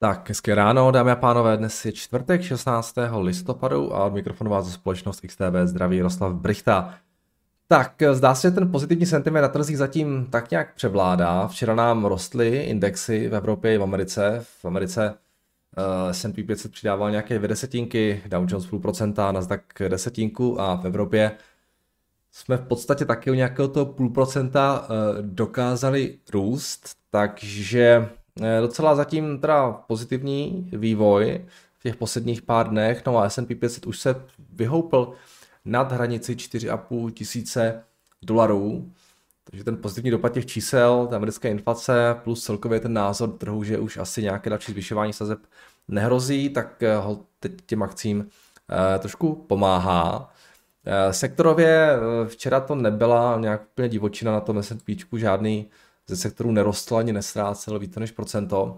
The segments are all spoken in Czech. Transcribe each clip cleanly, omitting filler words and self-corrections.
Tak, hezké ráno, dámy a pánové, dnes je čtvrtek 16. listopadu a od mikrofonu vás za společnost XTB zdraví Jaroslav Brychta. Tak, zdá se, že ten pozitivní sentiment na trzích zatím tak nějak převládá. Včera nám rostly indexy v Evropě i v Americe. V Americe S&P 500 přidával nějaké 0,2, Dow Jones 0,5%, Nasdaq 0,1 a v Evropě jsme v podstatě taky o nějakého toho 0,5% dokázali růst, takže docela zatím teda pozitivní vývoj v těch posledních pár dnech, no a S&P 500 už se vyhoupl nad hranici 4,5 tisíce dolarů, takže ten pozitivní dopad těch čísel, ta americké inflace plus celkově ten názor trhu, že už asi nějaké další zvyšování sazeb nehrozí, tak ho teď těm akcím trošku pomáhá. Sektorově včera to nebyla nějak úplně divočina na tom S&Pčku, žádný ze sektorů nerostl ani nestrácel více než procento.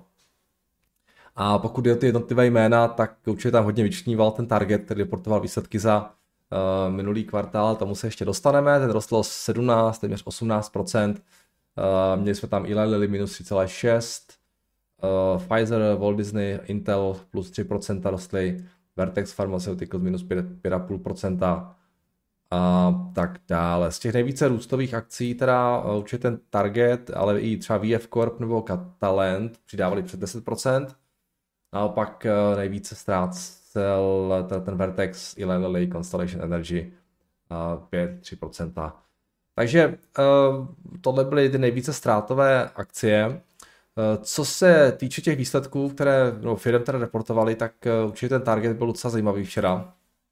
A pokud je o ty jednotlivé jména, tak určitě tam hodně vyčníval ten Target, který reportoval výsledky za minulý kvartál, tomu se ještě dostaneme, ten rostl 17, téměř 18%, měli jsme tam Eli Lilly minus 3,6%, Pfizer, Walt Disney, Intel plus 3% rostly, Vertex Pharmaceuticals minus 5,5%, a tak dále. Z těch nejvíce růstových akcí teda určitě ten Target, ale i třeba VF Corp nebo Catalent přidávali před 10%. Naopak nejvíce ztrácel ten Vertex, Eli Lilly, Constellation Energy 5-3%. Takže tohle byly ty nejvíce ztrátové akcie. Co se týče těch výsledků, které firmy teda reportovali, tak určitě ten Target byl docela zajímavý včera.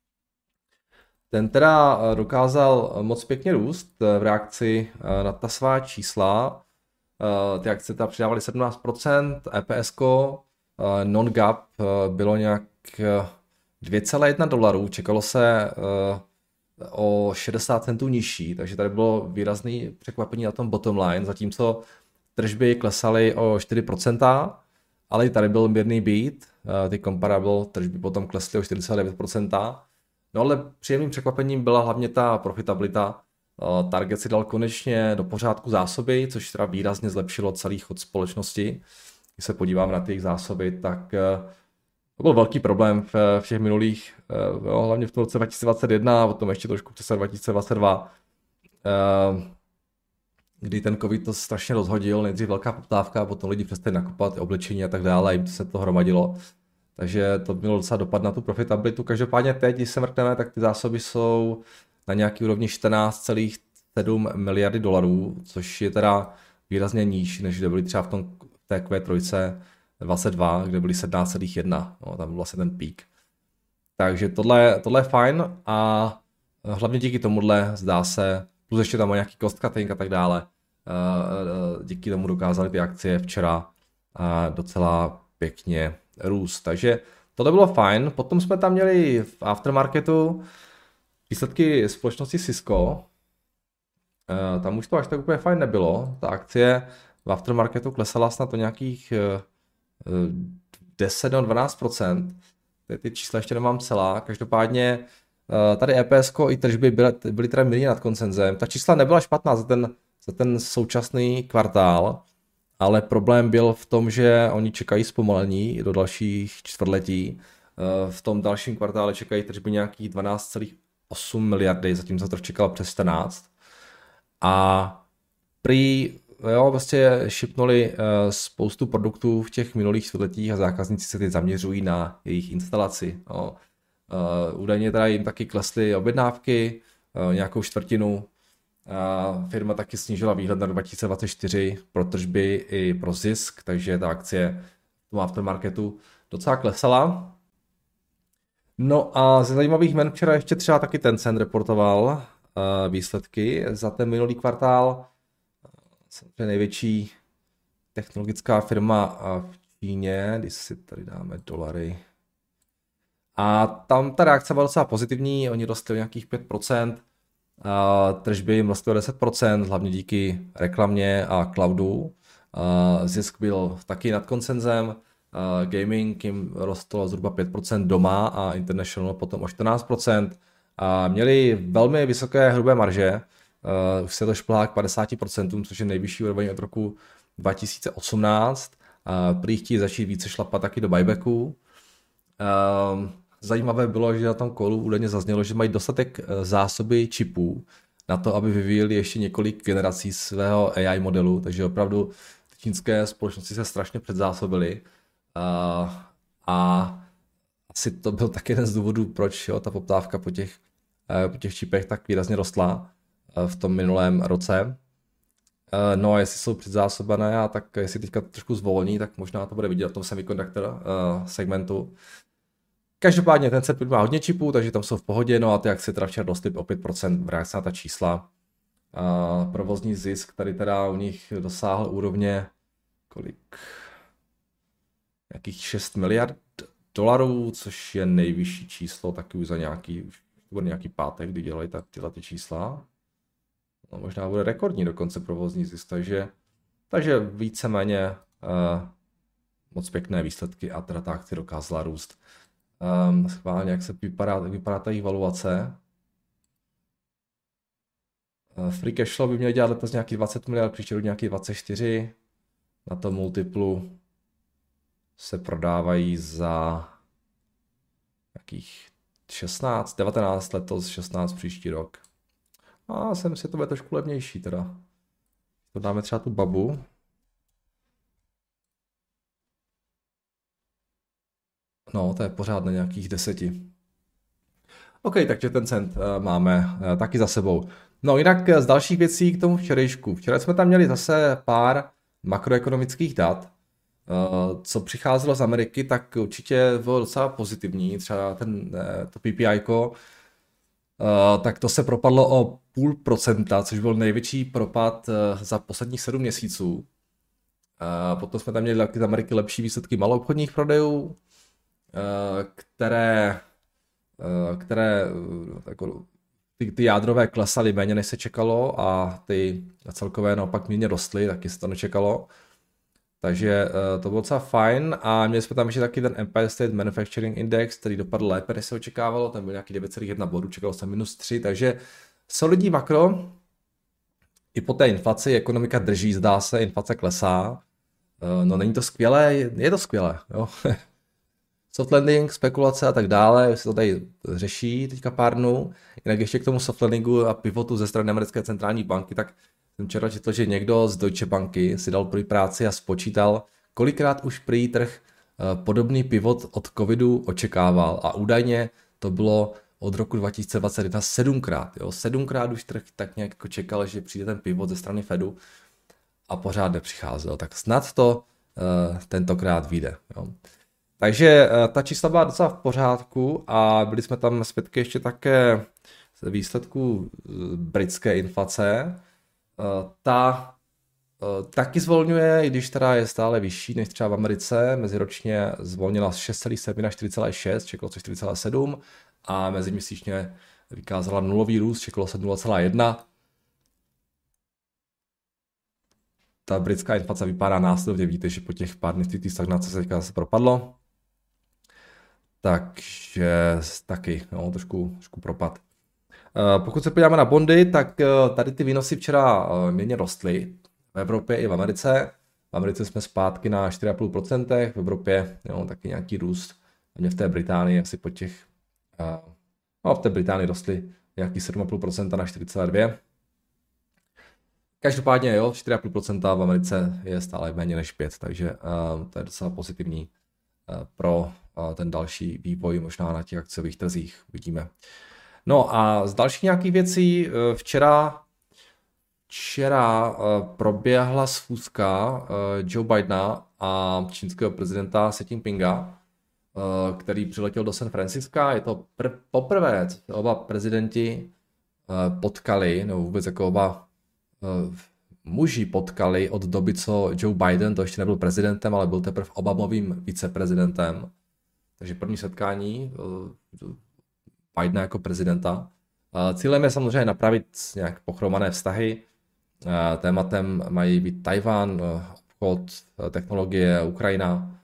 Ten teda dokázal moc pěkně růst v reakci na ta svá čísla. Ty akcie teda přidávaly 17%, EPS-ko non-GAAP bylo nějak 2,1 dolarů, čekalo se o 60 centů nižší, takže tady bylo výrazné překvapení na tom bottom line, zatímco tržby klesaly o 4%, ale i tady byl mírný beat, ty comparable tržby potom klesly o 4,9%. No ale příjemným překvapením byla hlavně ta profitabilita. Target si dal konečně do pořádku zásoby, což teda výrazně zlepšilo celý chod společnosti. Když se podívám na ty jejich zásoby, tak to byl velký problém v těch minulých, hlavně v tom roce 2021 a potom ještě trošku přes 2022, kdy ten covid to strašně rozhodil, nejdřív velká poptávka a potom lidi přestali nakupovat oblečení a tak dále a jim se to hromadilo. Takže to mělo docela dopad na tu profitabilitu. Každopádně teď, když se mrkneme, tak ty zásoby jsou na nějaký úrovni 14,7 miliardy dolarů, což je teda výrazně níž, než kde byly třeba v té Q3 22, kde byly 17,1. No, tam byl vlastně ten pík. Takže tohle je fajn a hlavně díky tomuhle zdá se, plus ještě tam má nějaký cost cutting a tak dále, díky tomu dokázaly ty akcie včera docela pěkně růst. Takže tohle bylo fajn. Potom jsme tam měli v aftermarketu výsledky společnosti Cisco. Tam už to až tak úplně fajn nebylo. Ta akcie v aftermarketu klesala snad o nějakých 10-12%. Ty čísla ještě nemám celá. Každopádně tady EPS i tržby byly teda mírně nad konsenzem. Ta čísla nebyla špatná za ten současný kvartál, ale problém byl v tom, že oni čekají zpomalení do dalších čtvrtletí. V tom dalším kvartále čekají tržby nějakých 12,8 miliardy, zatímco trh čekal přes 14. A prý vlastně shipnuli spoustu produktů v těch minulých čtvrtletích a zákazníci se teď zaměřují na jejich instalaci. Údajně teda jim taky klesly objednávky, nějakou čtvrtinu. Firma taky snížila výhled na 2024 pro tržby i pro zisk, takže ta akcie v tom aftermarketu docela klesala. No a ze zajímavých jmen včera ještě třeba taky Tencent reportoval výsledky za ten minulý kvartál. Samozřejmě největší technologická firma v Číně, když si tady dáme dolary. A tam ta reakce byla docela pozitivní, oni rostli o nějakých 5%. Tržby jim rostly o 10%, hlavně díky reklamě a cloudu. Zisk byl taky nad konsenzem. Gaming jim rostlo zhruba 5% doma a international potom o 14%. Měli velmi vysoké hrubé marže, už se to šplhá k 50%, což je nejvyšší úroveň od roku 2018. Prý chtějí začít více šlapat taky do buybacku. Zajímavé bylo, že na tom kolu údajně zaznělo, že mají dostatek zásoby čipů na to, aby vyvíjeli ještě několik generací svého AI modelu, takže opravdu čínské společnosti se strašně předzásobily a asi to byl taky jeden z důvodů, proč ta poptávka po těch čipech tak výrazně rostla v tom minulém roce. No a jestli jsou předzásobené a tak jestli teďka trošku zvolní, tak možná to bude vidět na tom semiconductor segmentu. Každopádně ten set má hodně čipů, takže tam jsou v pohodě, no a ty akcie teda včera rostly o 5% v reakci na ta čísla. Provozní zisk tady teda u nich dosáhl úrovně kolik? Nějakých 6 miliard dolarů, což je nejvyšší číslo taky už za nějaký pátek, kdy dělají tyhle ty čísla. No, možná bude rekordní dokonce provozní zisk, takže víceméně moc pěkné výsledky a teda ta akce dokázala růst. Schválně, jak se vypadá ta jejich valuace. Free cash flow by měl dělat letos nějaký 20 miliard, příští rok nějaký 24. Na tom multiplu se prodávají za nějakých 16, 19 letos, 16 příští rok. A jsem si to bude trošku levnější teda. To dáme třeba tu babu. No, to je pořád na nějakých 10. OK, takže ten cent máme taky za sebou. No jinak z dalších věcí k tomu včerejšku. Včera jsme tam měli zase pár makroekonomických dat. Co přicházelo z Ameriky, tak určitě bylo docela pozitivní. Třeba to PPI-ko, tak to se propadlo o 0,5%, což byl největší propad za posledních 7 měsíců. Potom jsme tam měli z Ameriky lepší výsledky maloobchodních prodejů, které jako, ty jádrové klesaly méně, než se čekalo, a ty celkové naopak mírně rostly, taky se to nečekalo. Takže to bylo docela fajn a měli jsme tam ještě taky ten Empire State Manufacturing Index, který dopadl lépe, než se očekávalo, tam byl nějaký 9,1 bodu, čekalo se -3, takže solidní makro. I po té inflaci ekonomika drží, zdá se, inflace klesá. No není to skvělé, je to skvělé, jo. Soft landing, spekulace a tak dále, se to tady řeší teďka pár dnů. Jinak ještě k tomu soft landingu a pivotu ze strany americké centrální banky, tak jsem včera četl, že někdo z Deutsche Banky si dal prý práci a spočítal, kolikrát už prý trh podobný pivot od covidu očekával, a údajně to bylo od roku 2021 7krát. Jo? 7krát už trh tak nějak jako čekal, že přijde ten pivot ze strany Fedu a pořád nepřicházel. Tak snad to tentokrát vyjde. Jo? Takže ta čísla byla docela v pořádku a byli jsme tam svědky ještě také z výsledků britské inflace. Ta taky zvolňuje, i když teda je stále vyšší než třeba v Americe. Meziročně zvolnila z 6,7 na 4,6, čekalo se 4,7 a meziměsíčně vykázala nulový růst, čekalo se 0,1. Ta britská inflace vypadá následovně, vidíte, že po těch pár dní stagnace se teďka zase propadlo. Takže taky trošku propad. Pokud se podíváme na bondy, tak tady ty výnosy včera mírně rostly v Evropě i v Americe. V Americe jsme zpátky na 4,5%, v Evropě taky nějaký růst. Hlavně v té Británii asi po těch... v té Británii rostly nějaký 7,5% na 4,2%. Každopádně 4,5% v Americe je stále méně než 5%, takže to je docela pozitivní pro ten další vývoj možná na těch akciových trzích, uvidíme. No a z dalších nějakých věcí, včera proběhla schůzka Joe Bidena a čínského prezidenta Xi Jinpinga, který přiletěl do San Francisca. Je to poprvé, co oba prezidenti potkali, nebo vůbec jako oba muži potkali od doby, co Joe Biden, to ještě nebyl prezidentem, ale byl teprve Obamovým viceprezidentem. Takže první setkání Bidena jako prezidenta. Cílem je samozřejmě napravit nějak pochromané vztahy. Tématem mají být Tajvan, obchod, technologie, Ukrajina.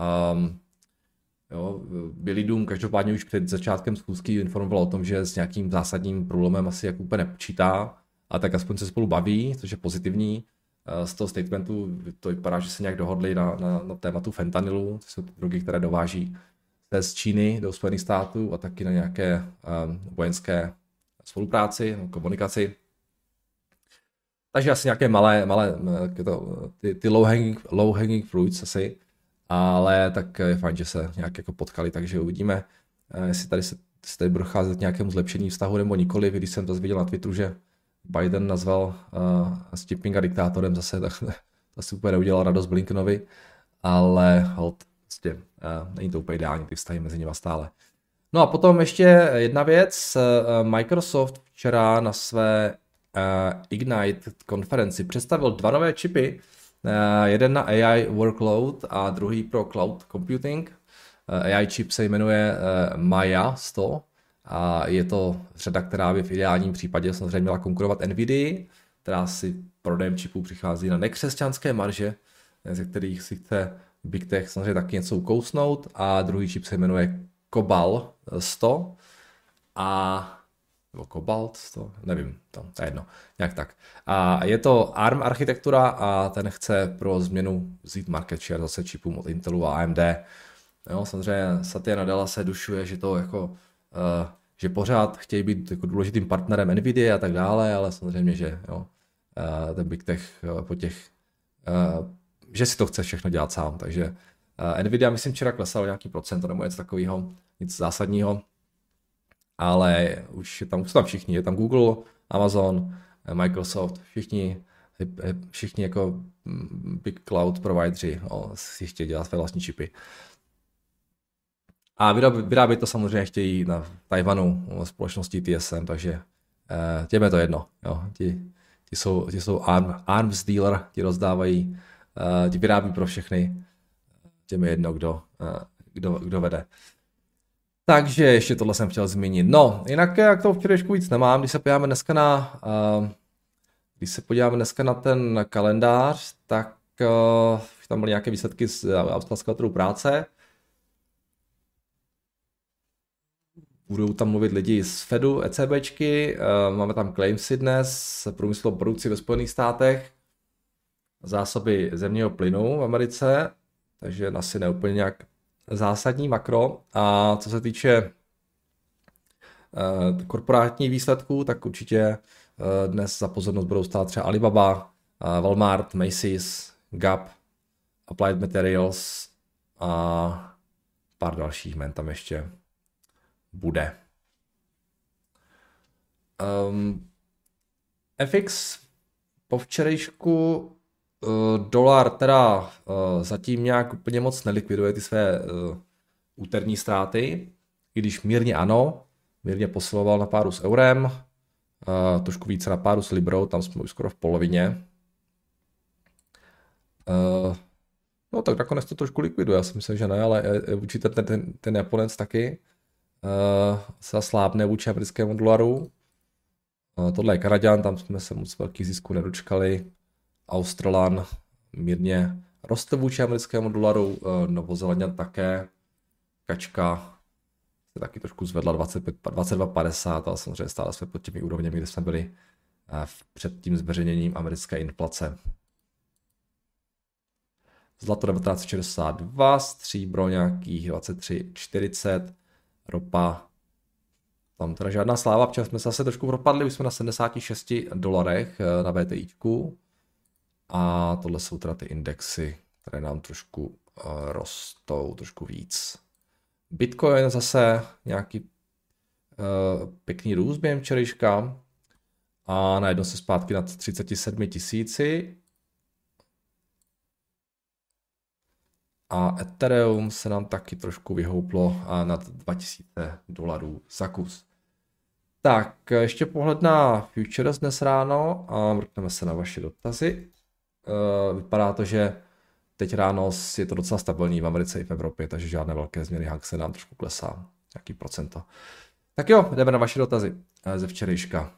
Bílý dům každopádně už před začátkem schůzky informoval o tom, že s nějakým zásadním průlomem asi jak úplně nepočítá, a tak aspoň se spolu baví, což je pozitivní. z toho statementu to vypadá, že se nějak dohodli na tématu fentanylu, to jsou drogy, které dováží z Číny do Spojených států a taky na nějaké vojenské spolupráci, komunikaci. Takže asi nějaké malé ty low hanging fruits asi, ale tak je fajn, že se nějak jako potkali, takže uvidíme, jestli tady bude docházet k nějakému zlepšení vztahu nebo nikoli. Když jsem to viděl na Twitteru, že Biden nazval Xi Jinpinga diktátorem zase, tak to si úplně neudělal radost Blinkenovi, ale hold, prostě není to úplně ideální, ty vztahy mezi nimi stále. No a potom ještě jedna věc, Microsoft včera na své Ignite konferenci představil 2 nové čipy, jeden na AI workload a druhý pro cloud computing. AI čip se jmenuje Maya 100 a je to řada, která by v ideálním případě samozřejmě měla konkurovat NVIDII, která si prodejem čipů přichází na nekřesťanské marže, ze kterých si chce Big Tech samozřejmě taky něco ukousnout, a druhý čip se jmenuje Cobalt 100 a nebo Cobalt 100, nevím, to je jedno, nějak tak. A je to ARM architektura a ten chce pro změnu vzít market share zase čipům od Intelu a AMD. Jo, samozřejmě Satya Nadella se dušuje, že to jako, že pořád chtějí být jako důležitým partnerem NVIDIA a tak dále, ale samozřejmě, že jo, ten Big Tech po těch, že si to chce všechno dělat sám, takže NVIDIA myslím včera klesalo nějaký procent nebo něco takového, nic zásadního, ale už jsou tam všichni, je tam Google, Amazon, Microsoft, všichni jako big cloud provideři si chtějí dělat své vlastní čipy. A vyrábět to samozřejmě chtějí na Tajvanu společnosti TSM, takže těm je to jedno. Jo. Ti jsou arms dealer, ti rozdávají, ti vyrábí pro všechny, těm je jedno, kdo vede. Takže ještě tohle jsem chtěl zmínit. No, jinak jak to včerejšku víc nemám, když se podíváme dneska na ten kalendář, tak tam byly nějaké výsledky z australského trhu práce. Budou tam mluvit lidi z Fedu, ECBčky, máme tam claimsy dnes, průmyslovou produkci ve Spojených státech, zásoby zemního plynu v Americe, takže asi neúplně nějak zásadní makro. A co se týče korporátních výsledků, tak určitě dnes za pozornost budou stát třeba Alibaba, Walmart, Macy's, Gap, Applied Materials a pár dalších jmen tam ještě bude. FX po včerejšku dolar teda zatím nějak úplně moc nelikviduje ty své úterní ztráty, i když mírně ano, mírně posiloval na páru s eurem, trošku více na páru s librou, tam jsme už skoro v polovině. No tak nakonec to trošku likviduje, já si myslím, že ne, ale určitě ten Japonec taky se slábne vůči americkému dolaru. Tohle je Kanaďan, tam jsme se moc velkých zisků nedočkali. Australan mírně roste vůči americkému dolaru, Novozelanďan také, kačka se taky trošku zvedla 22,50, ale samozřejmě stále jsme pod těmi úrovněmi, kde jsme byli před tím zveřejněním americké inflace. Zlato 1962, stříbro nějakých 23,40, ropa, tam teda žádná sláva, protože jsme se zase trošku propadli, už jsme na $76 na VTIčku. A tohle jsou teda ty indexy, které nám trošku rostou, trošku víc. Bitcoin zase nějaký pěkný růst během včerejška a najednou se zpátky nad 37 000. A Ethereum se nám taky trošku vyhouplo nad $2000 za kus. Tak, ještě pohled na futures dnes ráno a mrkneme se na vaše dotazy. Vypadá to, že teď ráno je to docela stabilní v Americe i v Evropě, takže žádné velké změny, hak se nám trošku klesá, nějaký procento. Tak jo, jdeme na vaše dotazy ze včerejška.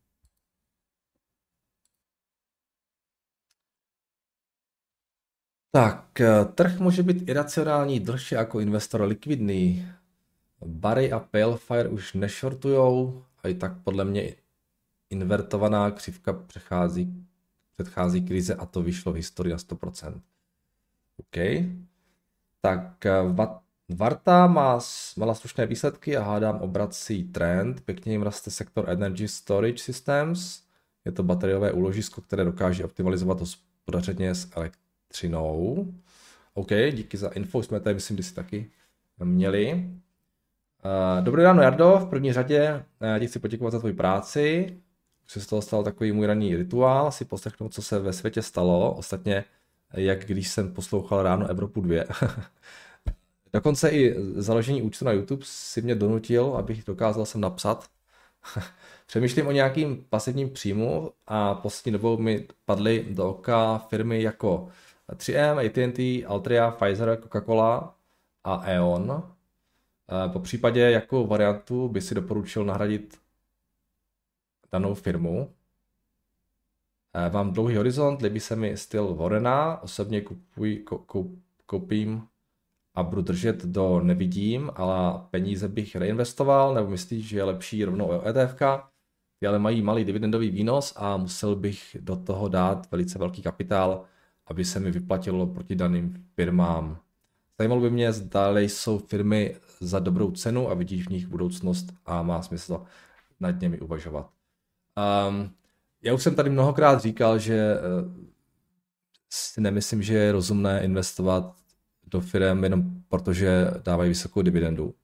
Tak, trh může být iracionální dlhše jako investor likvidní. Barry a Palefire už nešortujou a i tak podle mě invertovaná křivka přechází předchází krize a to vyšlo v historii na 100%. OK. Tak Varta mala slušné výsledky a hádám obrací trend. Pěkně jim roste sektor Energy Storage Systems. Je to bateriové úložisko, které dokáže optimalizovat hospodaření s elektřinou. OK, díky za info, jsme tady myslím, že si taky měli. Dobrý ráno, Jardo, v první řadě ti chci poděkovat za tvoji práci. Už se z toho stal takový můj ranní rituál, si poslechnout, co se ve světě stalo. Ostatně, jak když jsem poslouchal ráno Evropu 2. Dokonce i založení účtu na YouTube si mě donutil, abych dokázal sem napsat. Přemýšlím o nějakým pasivním příjmu a poslední dobou mi padly do oka firmy jako 3M, AT&T, Altria, Pfizer, Coca-Cola a E.ON. Po případě, jakou variantu by si doporučil nahradit danou firmu. Mám dlouhý horizont, líbí se mi styl Warrena, osobně koupím a budu držet do nevidím, ale peníze bych reinvestoval, nebo myslíš, že je lepší rovnou ETF, ty ale mají malý dividendový výnos a musel bych do toho dát velice velký kapitál, aby se mi vyplatilo proti daným firmám. Zajímalo by mě, zda jsou firmy za dobrou cenu a vidíš v nich budoucnost a má smysl nad nimi uvažovat. Já už jsem tady mnohokrát říkal, že si nemyslím, že je rozumné investovat do firm jenom protože dávají vysokou dividendu.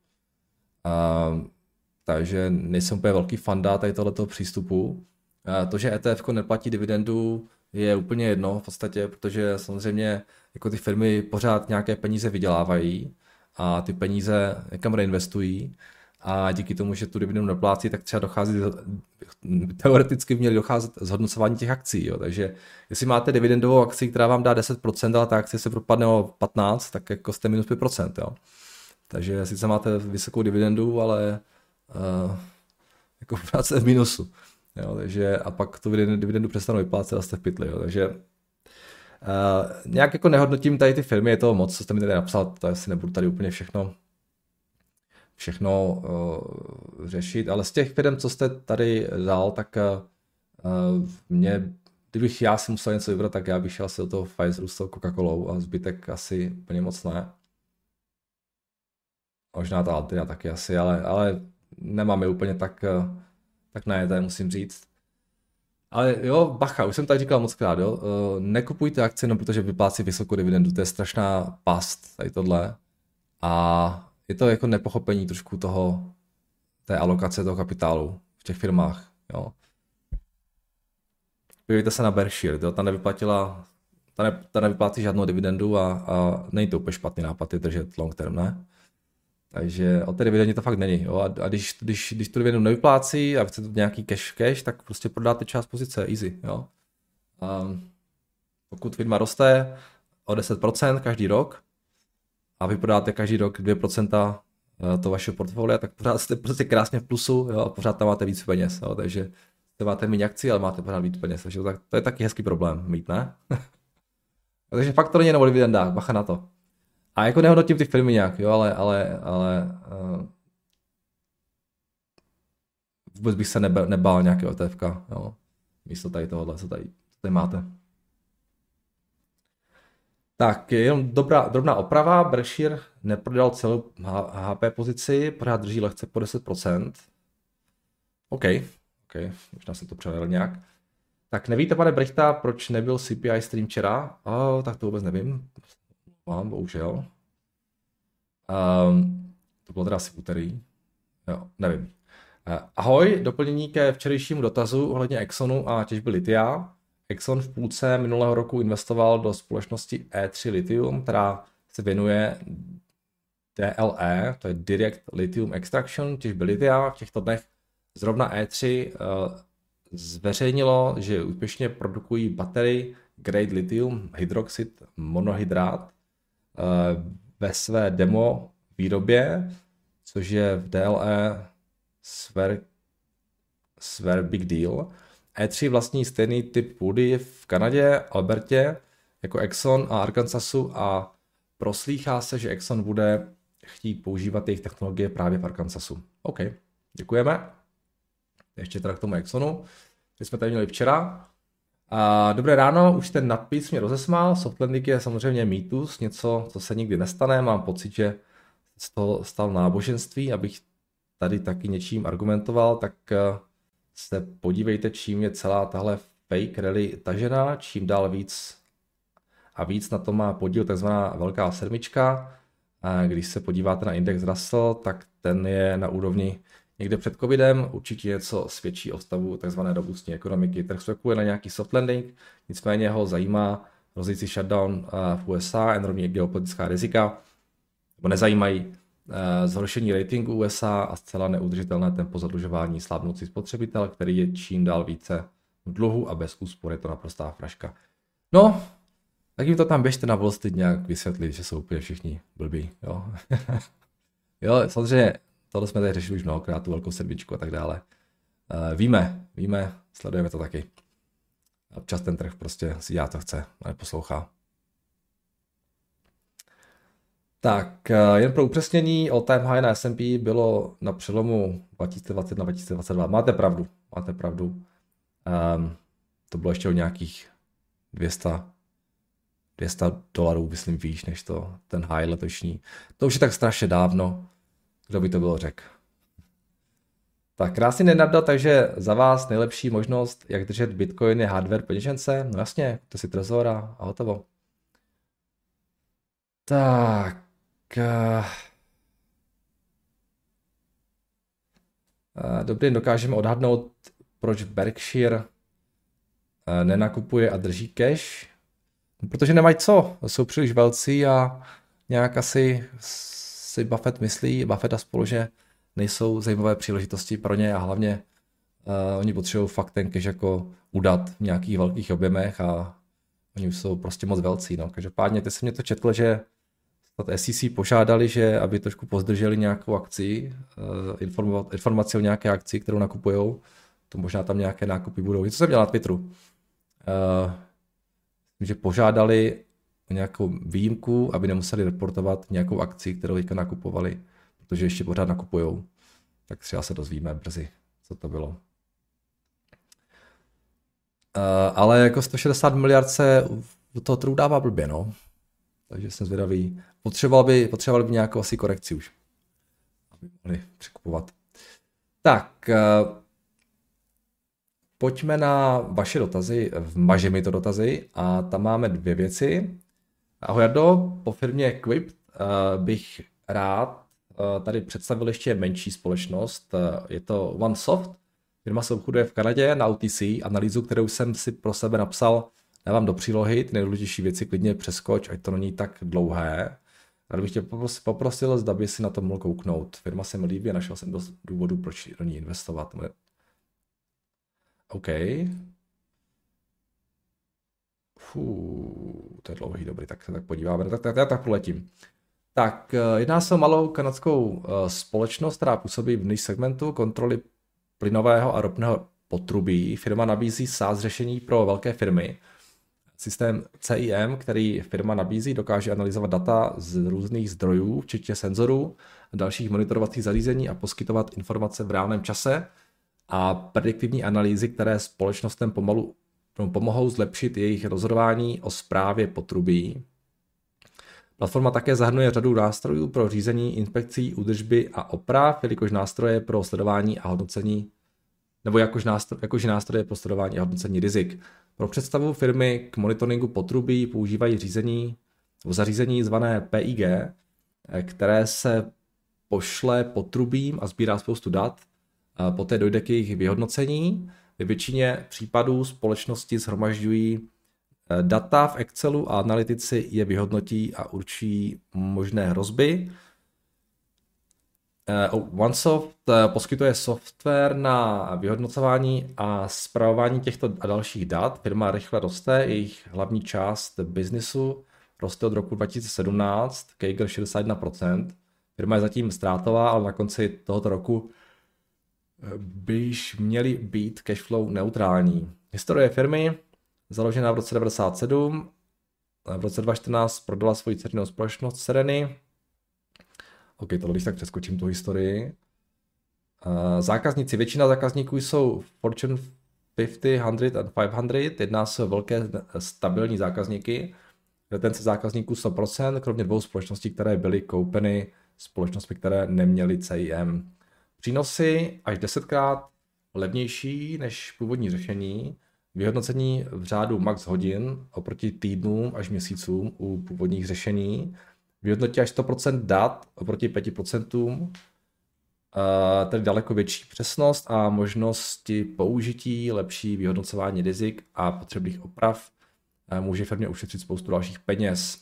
Takže nejsem úplně velký fanda tady tohoto přístupu. To, že ETF neplatí dividendu, je úplně jedno v podstatě, protože samozřejmě jako ty firmy pořád nějaké peníze vydělávají a ty peníze někam reinvestují a díky tomu, že tu dividendu neplácí, tak třeba teoreticky měli docházet zhodnocování těch akcí. Jo. Takže jestli máte dividendovou akci, která vám dá 10%, ale ta akcie se propadne o 15%, tak jako jste minus 5%. Jo. Takže sice máte vysokou dividendu, ale jako práce v minusu. Jo, takže, a pak tu dividendu přestanou vyplácet a jste v pytli. Jo, takže nějak jako nehodnotím tady ty firmy, je toho moc, co jste mi tady napsal, to asi nebudu tady úplně všechno řešit, ale z těch firm, co jste tady dal, tak kdybych já si musel něco vybrat, tak já bych šel asi do toho Pfizeru s tou Coca-Colou a zbytek asi úplně moc ne. Možná ta Altria taky asi, ale nemám je úplně tak najeté, musím říct. Ale jo, bacha, už jsem tady říkal mockrát, jo, nekupujte akcie jenom protože vyplácí vysokou dividendu, to je strašná past, tady tohle. A je to jako nepochopení trošku té alokace toho kapitálu v těch firmách, jo. Podívejte se na Berkshire, jo, ta nevyplácí žádnou dividendu a není to úplně špatný nápad je držet long term, ne? Takže o té dividendě to fakt není. Jo? A když tu dividendu nevyplácí a chcete nějaký cash, tak prostě prodáte část pozice, easy. Jo? Pokud firma roste o 10% každý rok a vy prodáte každý rok 2% to vašeho portfolia, tak pořád jste prostě krásně v plusu, jo? A pořád tam máte víc peněz. Jo? Takže máte méně akcí, ale máte pořád víc peněz. Takže to je taky hezký problém mít, ne? Takže fakt to není jenom o dividendách, bacha na to. A jako nehodnotím ty filmy nějak, jo, ale vůbec bych se nebál nějakého OTFka, jo, místo tady tohohle, co tady máte. Tak, jenom drobná oprava, Berkshire neprodal celou HP pozici, pořád drží lehce po 10%. OK, možná jsem to převedl nějak. Tak nevíte, pane Brichta, proč nebyl CPI stream včera? Tak to vůbec nevím. Mám, bohužel. To bylo teda asi v úterý. Jo, nevím. Ahoj, doplnění ke včerejšímu dotazu ohledně Exxonu a těžby litia. Exxon v půlce minulého roku investoval do společnosti E3 Lithium, která se věnuje DLE, to je Direct Lithium Extraction, těžby litia. V těchto dnech zrovna E3 zveřejnilo, že úspěšně produkují baterii Grade Lithium Hydroxid Monohydrát ve své demo výrobě, což je v DLE sver big deal. E3 vlastní stejný typ půdy v Kanadě, Albertě, jako Exxon a Arkansasu a proslýchá se, že Exxon bude chtít používat jejich technologie právě v Arkansasu. OK, děkujeme. Ještě teda k tomu Exxonu, který jsme tady měli včera. A dobré ráno, už ten nadpis mě rozesmál, soft landing je samozřejmě mýtus, něco, co se nikdy nestane, mám pocit, že z toho stal náboženství, abych tady taky něčím argumentoval, tak se podívejte, čím je celá tahle fake rally tažená, čím dál víc a víc na to má podíl takzvaná velká sedmička. A když se podíváte na index Russell, tak ten je na úrovni někde před covidem, určitě něco svědčí o stavu tzv. Robustní ekonomiky. Trh spekuluje na nějaký soft landing, nicméně ho zajímá hrozící shutdown v USA, enormní geopolitická rizika, nebo nezajímají zhoršení ratingu USA a zcela neudržitelné tempo zadlužování slábnoucí spotřebitel, který je čím dál více v dluhu a bez úspor je to naprostá fraška. No, tak jim to tam běžte na Wall Street nějak vysvětlit, že jsou úplně všichni blbí, jo. Jo, samozřejmě, tohle jsme tady řešili už mnohokrát, tu velkou sedmičku a tak dále. Víme, sledujeme to taky. Občas ten trh prostě si dělá, co chce a neposlouchá. Tak, jen pro upřesnění, all-time high na S&P bylo na přelomu 2021-2022. Máte pravdu. To bylo ještě o nějakých $200, myslím, výš než ten high letošní. To už je tak strašně dávno, kdo by to bylo řekl. Tak krásný Nenardo, takže za vás nejlepší možnost, jak držet Bitcoin je hardware peněžence. No jasně, to si Trezora a hotovo. Tak. Dobrý, dokážeme odhadnout, proč Berkshire nenakupuje a drží cash. Protože nemají co, jsou příliš velcí a nějak asi si Buffett myslí, Buffett a spolu, že nejsou zajímavé příležitosti pro ně a hlavně oni potřebují fakt ten cash jako udat v nějakých velkých objemech a oni už jsou prostě moc velcí. No. Každopádně ty jsem mě to četl, že SEC požádali, že aby trošku pozdrželi nějakou akci, informaci o nějaké akci, kterou nakupujou, to možná tam nějaké nákupy budou. Něco jsem dělal na Twitteru. Že požádali o nějakou výjimku, aby nemuseli reportovat nějakou akci, kterou teďka nakupovali, protože ještě pořád nakupujou. Tak třeba se dozvíme brzy, co to bylo. Ale jako 160 miliard se do toho trhu dává blbě, no. Takže jsem zvědavý. Potřebovali by nějakou asi korekci už, aby mohli překupovat. Tak, pojďme na vaše dotazy, vmaži mi to dotazy a tam máme dvě věci. Ahoj Jardo, po firmě Quip bych rád tady představil ještě menší společnost. Je to OneSoft, firma se obchoduje v Kanadě na OTC, analýzu, kterou jsem si pro sebe napsal, dávám do přílohy, ty nejdůležitější věci klidně přeskoč, ať to není tak dlouhé. Rád bych tě poprosil, zda by si na to mohl kouknout. Firma se mi líbí a našel jsem dost důvodů, proč do ní investovat. OK. To je dlouhý, dobrý, tak se tak podíváme. Tak já tak poletím. Tak, jedná se o malou kanadskou společnost, která působí v niche segmentu kontroly plynového a ropného potrubí. Firma nabízí SaaS řešení pro velké firmy. Systém CIM, který firma nabízí, dokáže analyzovat data z různých zdrojů, včetně senzorů, dalších monitorovacích zařízení a poskytovat informace v reálném čase a prediktivní analýzy, které společnostem pomohou zlepšit jejich rozhodování o správě potrubí. Platforma také zahrnuje řadu nástrojů pro řízení inspekcí, údržby a oprav, jelikož nástroje pro sledování a hodnocení nebo jakož nástroje pro sledování a hodnocení rizik. Pro představu firmy k monitoringu potrubí používají zařízení zvané PIG, které se pošle potrubím a sbírá spoustu dat. Poté dojde k jejich vyhodnocení. Ve většině případů společnosti shromažďují data v Excelu a analytici je vyhodnotí a určí možné hrozby. OneSoft poskytuje software na vyhodnocování a spravování těchto a dalších dat. Firma rychle roste, jejich hlavní část biznisu roste od roku 2017, CAGR 61%. Firma je zatím ztrátová, ale na konci tohoto roku by již měly být cashflow neutrální. Historie firmy, založená v roce 1997, v roce 2014 prodala svoji dceřinou společnost Sereny. OK, tohle když tak přeskočím tu historii. Zákazníci, většina zákazníků jsou Fortune 50, 100 and 500. Jedná se o velké stabilní zákazníky. Retence zákazníků 100%, kromě 2 společností, které byly koupeny společnostmi, které neměly CIM. Přínosy až 10krát levnější než původní řešení. Vyhodnocení v řádu max hodin oproti týdnům až měsícům u původních řešení. Vyhodnotí až 100% dat oproti 5%. Tedy daleko větší přesnost a možnosti použití, lepší vyhodnocování rizik a potřebných oprav. Může firmě ušetřit spoustu dalších peněz.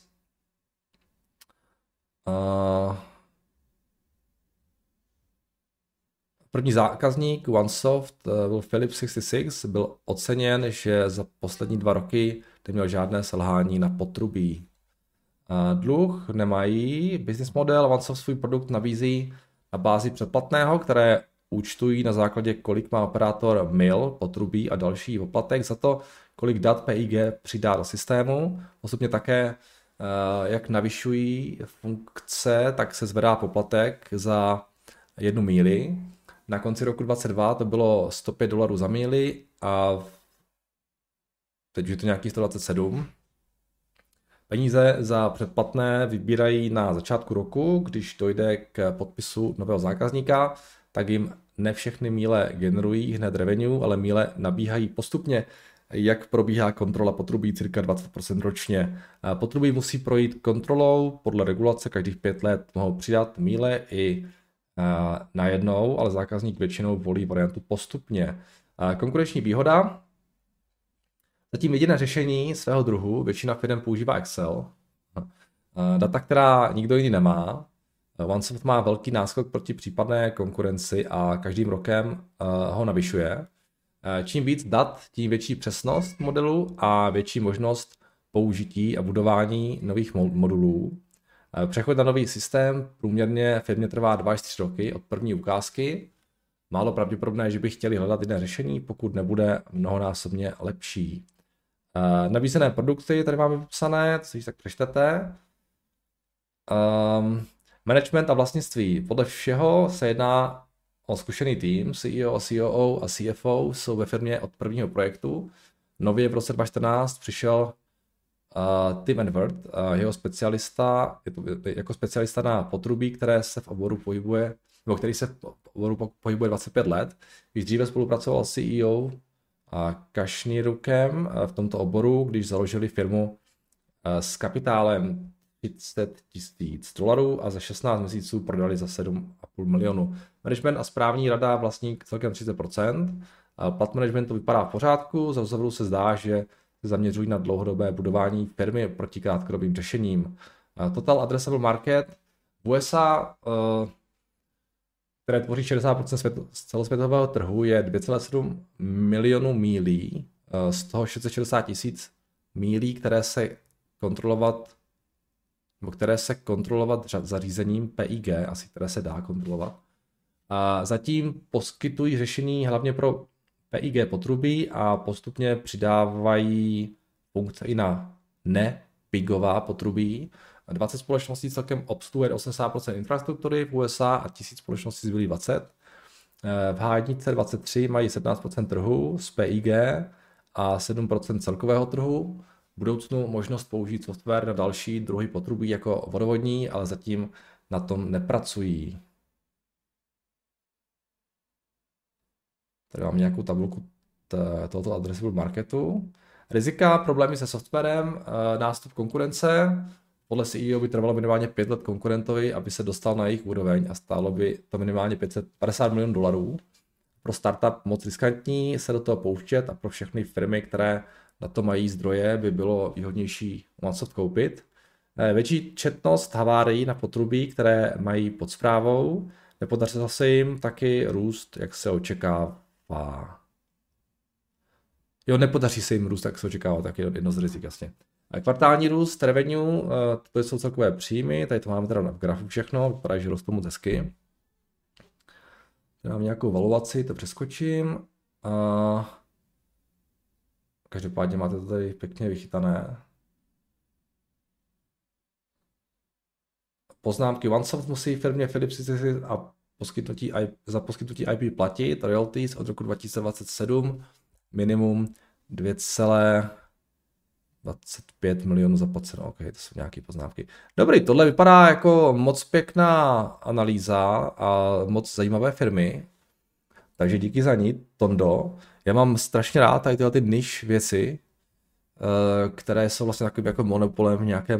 První zákazník OneSoft byl Philips 66, byl oceněn, že za poslední 2 roky neměl žádné selhání na potrubí. Dluh nemají. Business model OneSoft svůj produkt nabízí na bázi předplatného, které účtují na základě, kolik má operátor mil, potrubí a další poplatek za to, kolik dat PIG přidá do systému. Postupně také, jak navyšují funkce, tak se zvedá poplatek za 1 míli. Na konci roku 2022 to bylo $105 za míli a teď je to nějaký 127. Peníze za předplatné vybírají na začátku roku, když dojde k podpisu nového zákazníka, tak jim ne všechny míle generují hned revenue, ale míle nabíhají postupně, jak probíhá kontrola potrubí cirka 20% ročně. Potrubí musí projít kontrolou, podle regulace každých 5 let mohou přidat míle i najednou, ale zákazník většinou volí variantu postupně. Konkurenční výhoda. Zatím jediné řešení svého druhu, většina firm používá Excel. Data, která nikdo jiný nemá. OneSoft má velký náskok proti případné konkurenci a každým rokem ho navyšuje. Čím víc dat, tím větší přesnost modelu a větší možnost použití a budování nových modulů. Přechod na nový systém průměrně firmě trvá 2 až 3 roky od první ukázky. Málo pravděpodobné, že by chtěli hledat jiné řešení, pokud nebude mnohonásobně lepší. Nabízené produkty tady máme vypsané, co si tak přečtete. Management a vlastnictví. Podle všeho se jedná o zkušený tým. CEO, COO a CFO jsou ve firmě od prvního projektu. Nově v roce 2014 přišel Tim Edward, jeho specialista, jako specialista na potrubí, který se v oboru pohybuje 25 let. Když dříve spolupracoval s CEO Kašnírukem v tomto oboru, když založili firmu s kapitálem $30,000 a za 16 měsíců prodali za 7,5 milionu. Management a správní rada vlastní celkem 30%. Plat managementu vypadá v pořádku, z rozhovoru se zdá, že se zaměřují na dlouhodobé budování firmy proti krátkodobým řešením. Total addressable market v USA, které tvoří 60% z celosvětového trhu, je 2,7 milionů mílí, z toho 660 000 mílí, které se kontrolovat zařízením PIG, asi které se dá kontrolovat. A zatím poskytují řešení hlavně pro PIG potrubí a postupně přidávají funkce i na ne-PIGová potrubí. 20 společností celkem obsluhuje 80% infrastruktury v USA a 1000 společností zbylých 20. V H1 23 mají 17% trhu z PIG a 7% celkového trhu. V budoucnu možnost použít software na další druhy potrubí jako vodovodní, ale zatím na tom nepracují. Tady mám nějakou tabulku tohoto addressable marketu. Rizika, problémy se softwarem, nástup konkurence. Podle CEO by trvalo minimálně 5 let konkurentovi, aby se dostal na jejich úroveň a stálo by to minimálně $550 milionů. Pro startup moc riskantní se do toho pouštět a pro všechny firmy, které na to mají zdroje, by bylo výhodnější OneSoft koupit. Větší četnost havárií na potrubí, které mají pod správou. Nepodařilo se jim taky růst, jak se očekává. Nepodaří se jim růst, jak se očekává, tak je jedno z rizik, jasně. Kvartální růst, revenue, to jsou celkové příjmy, tady to máme teda v grafu všechno, vypadá, že rostou moc hezky. Tady mám nějakou valuaci, to přeskočím. Každopádně máte to tady pěkně vychytané. Poznámky. OneSoft musí firmě Philips za poskytnutí IP platit royalties od roku 2027 minimum 2,25 milionů zaplaceno. OK, to jsou nějaké poznámky. Dobrý, tohle vypadá jako moc pěkná analýza a moc zajímavé firmy. Takže díky za ní, Tondo. Já mám strašně rád tady tyhle ty niche věci, které jsou vlastně takovým jako monopolem v nějakém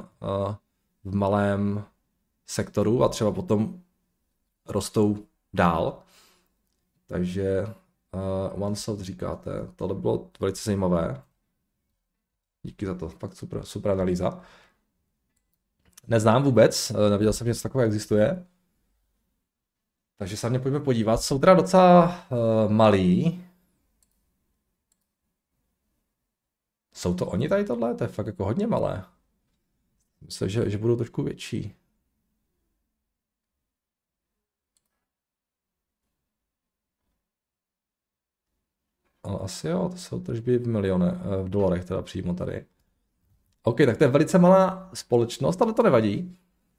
malém sektoru a třeba potom rostou dál. Takže OneSoft říkáte, tohle bylo velice zajímavé. Díky za to, fakt super analýza. Neznám vůbec, neviděl jsem, že něco takové existuje. Takže se na mě pojďme podívat. Jsou teda docela malí. Jsou to oni tady tohle? To je fakt jako hodně malé. Myslím, že budou trošku větší. Ale asi jo, to jsou tržby v milionech, v dolarech teda přímo tady. OK, tak to je velice malá společnost, ale to nevadí.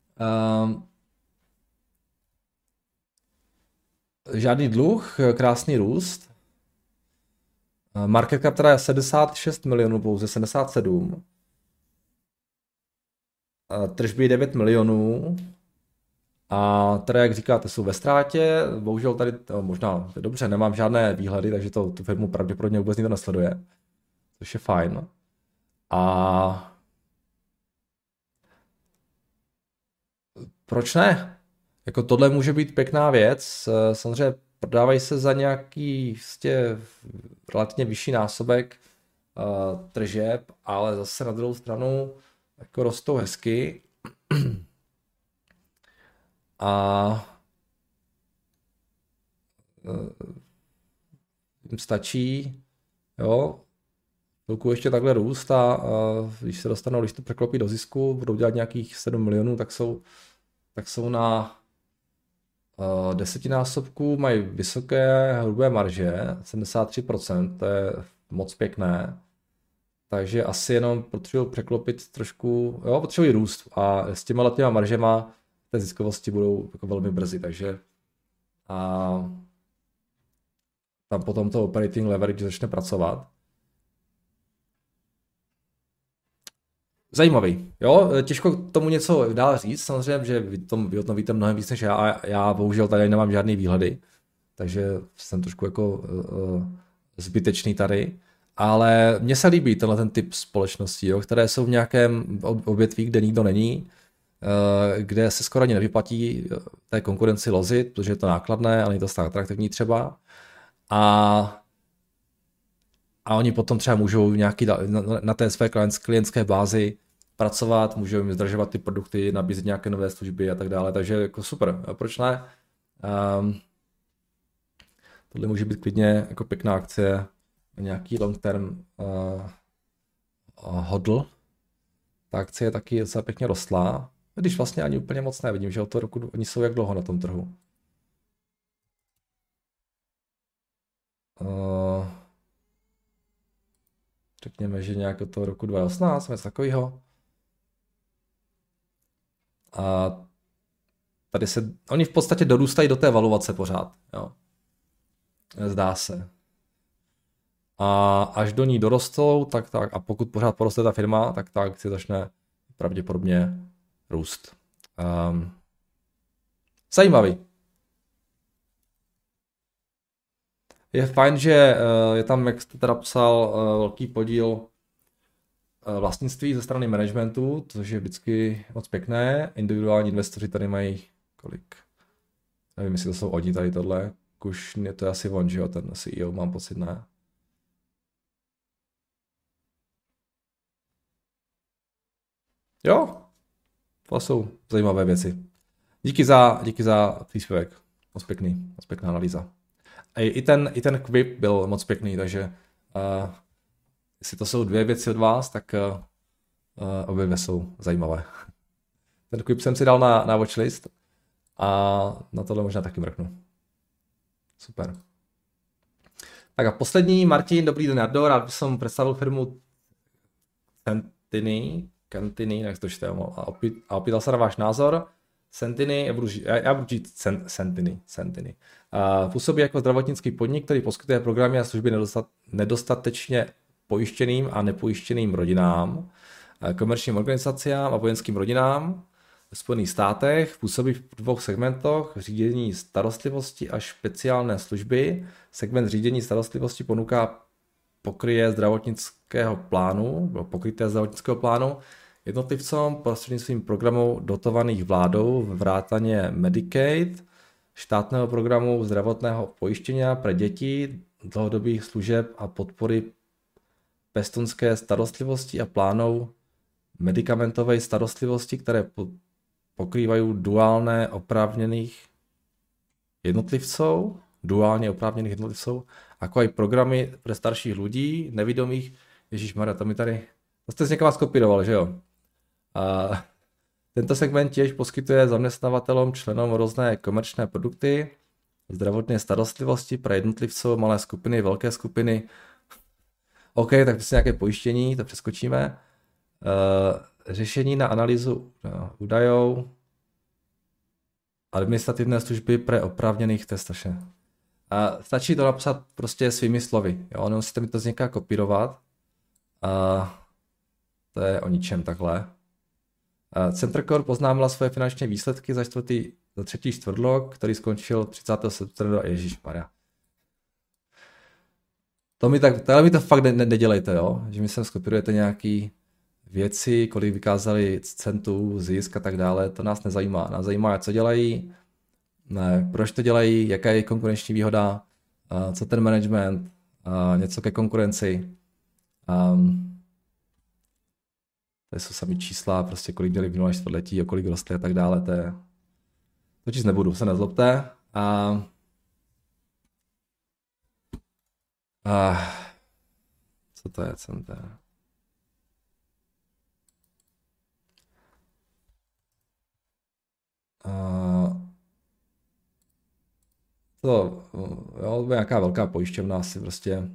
Žádný dluh, krásný růst. Market cap teda je 76 milionů, pouze 77. Tržby 9 milionů. A teda, jak říkáte, jsou ve ztrátě. Bohužel tady, možná dobře, nemám žádné výhledy, takže tu firmu pravděpodobně vůbec nikdo nesleduje. Což je fajn. A proč ne? Jako tohle může být pěkná věc. Samozřejmě prodávají se za nějaký relativně vyšší násobek tržeb, ale zase na druhou stranu jako rostou hezky. A jim stačí, jo, chvilku ještě takhle růst a když se dostanou, když to překlopí do zisku, budou dělat nějakých 7 milionů, tak jsou na desetinásobku, mají vysoké hrubé marže, 73%, to je moc pěkné. Takže asi jenom potřebuji překlopit trošku, jo, potřebuji růst a s těma maržema té ziskovosti budou jako velmi brzy, takže tam potom to operating leverage začne pracovat. Zajímavý, jo, těžko k tomu něco dál říct, samozřejmě, že vy o tom víte mnohem víc než já a já bohužel tady nemám žádný výhledy, takže jsem trošku jako zbytečný tady, ale mně se líbí ten typ společností, jo, které jsou v nějakém odvětví, kde nikdo není, kde se skoro ani nevyplatí té konkurenci lozit, protože je to nákladné a není to tak atraktivní třeba. A oni potom třeba můžou na té své klientské bázi pracovat, můžou jim zdržovat ty produkty, nabízet nějaké nové služby a tak dále, takže jako super, proč ne? Tohle může být klidně jako pěkná akcie, nějaký long term hodl. Ta akcie taky docela pěkně rostla, když vlastně ani úplně moc nevidím, že od toho roku oni jsou jak dlouho na tom trhu. Řekněme, že nějak od toho roku 2018, něco takového. A tady oni v podstatě dorůstají do té valuace pořád, jo. Zdá se. A až do ní dorostou, tak a pokud pořád poroste ta firma, tak ta akcie začne pravděpodobně růst. Zajímavý. Je fajn, že je tam, jak jste teda psal, velký podíl vlastnictví ze strany managementu, což je vždycky moc pěkné. Individuální investoři tady mají kolik? Nevím, jestli to jsou oni tady tohle. Už to je asi on, že jo, ten CEO, mám pocit, ne? Jo, to jsou zajímavé věci. Díky za příspěvek. Moc pěkná analýza. A i ten Quip byl moc pěkný, takže jestli to jsou dvě věci od vás, tak obě dvě jsou zajímavé. Ten Quip jsem si dal na watchlist a na tohle možná taky mrknu. Super. Tak a poslední, Martin, dobrý den, Jardo, rád bych som představil firmu Cantini, jak to čte, a opýtal se na váš názor. Sentiny, já budu říct Sentiny. Působí jako zdravotnický podnik, který poskytuje programy a služby nedostatečně pojištěným a nepojištěným rodinám, komerčním organizacím a vojenským rodinám v Spojených státech. Působí v 2 segmentech: řízení starostlivosti a speciální služby. Segment řízení starostlivosti pokryté zdravotnického plánu jednotlivcům prostřednictvím programů dotovaných vládou vrátane Medicaid, štátného programu zdravotného pojištění pro děti, dlouhodobých služeb a podpory pěstounské starostlivosti a plánů medikamentové starostlivosti, které pokrývají duálně oprávněných jednotlivců, ako aj programy pre starších ľudí, nevidomých. Ježišmarja, to mi tady... To jste z někoho skopíroval, že jo? Tento segment tiež poskytuje zaměstnavatelům členům různé komerčné produkty, zdravotné starostlivosti pre jednotlivců, malé skupiny, velké skupiny. OK, tak prostě nějaké pojištění, to přeskočíme. Řešení na analýzu údajů, administrativné služby pre oprávněných, to je strašně. Stačí to napsat prostě svými slovy. Jo? Nemusíte mi to z něká kopírovat. To je o ničem takhle. Centercore poznámila svoje finanční výsledky za třetí čtvrtlok, který skončil 30. septembra. Ježišmarja. Tohle mi to fakt nedělejte, jo? Že mi sem skopírujete nějaký věci, kolik vykázali centů, zisk a tak dále, to nás nezajímá. Nás zajímá, co dělají, proč to dělají, jaká je konkurenční výhoda, co ten management, něco ke konkurenci. To jsou sami čísla, prostě kolik dělali v minulém čtvrtletí, o kolik rostly a tak dále. To číst nebudu, se nezlobte. Co to je center? Jo, nějaká velká pojišťovna asi prostě.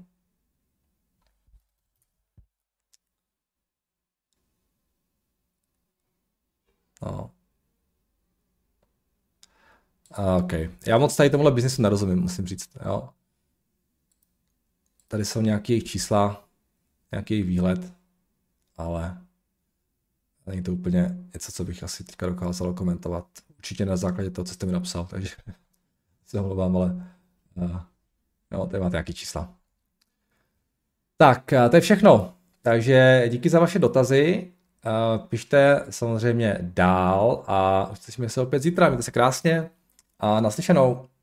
No. OK. Já moc tady tomuhle biznesu nerozumím, musím říct. Jo. Tady jsou nějaké čísla, nějaký výhled, ale není to úplně něco, co bych asi teďka dokázal komentovat. Určitě na základě toho, co jste mi napsal, takže se omlouvám, ale jo, tady máte nějaké čísla. Tak, to je všechno. Takže díky za vaše dotazy. Pište samozřejmě dál a uslyšíme se opět zítra. Mějte se krásně a naslyšenou.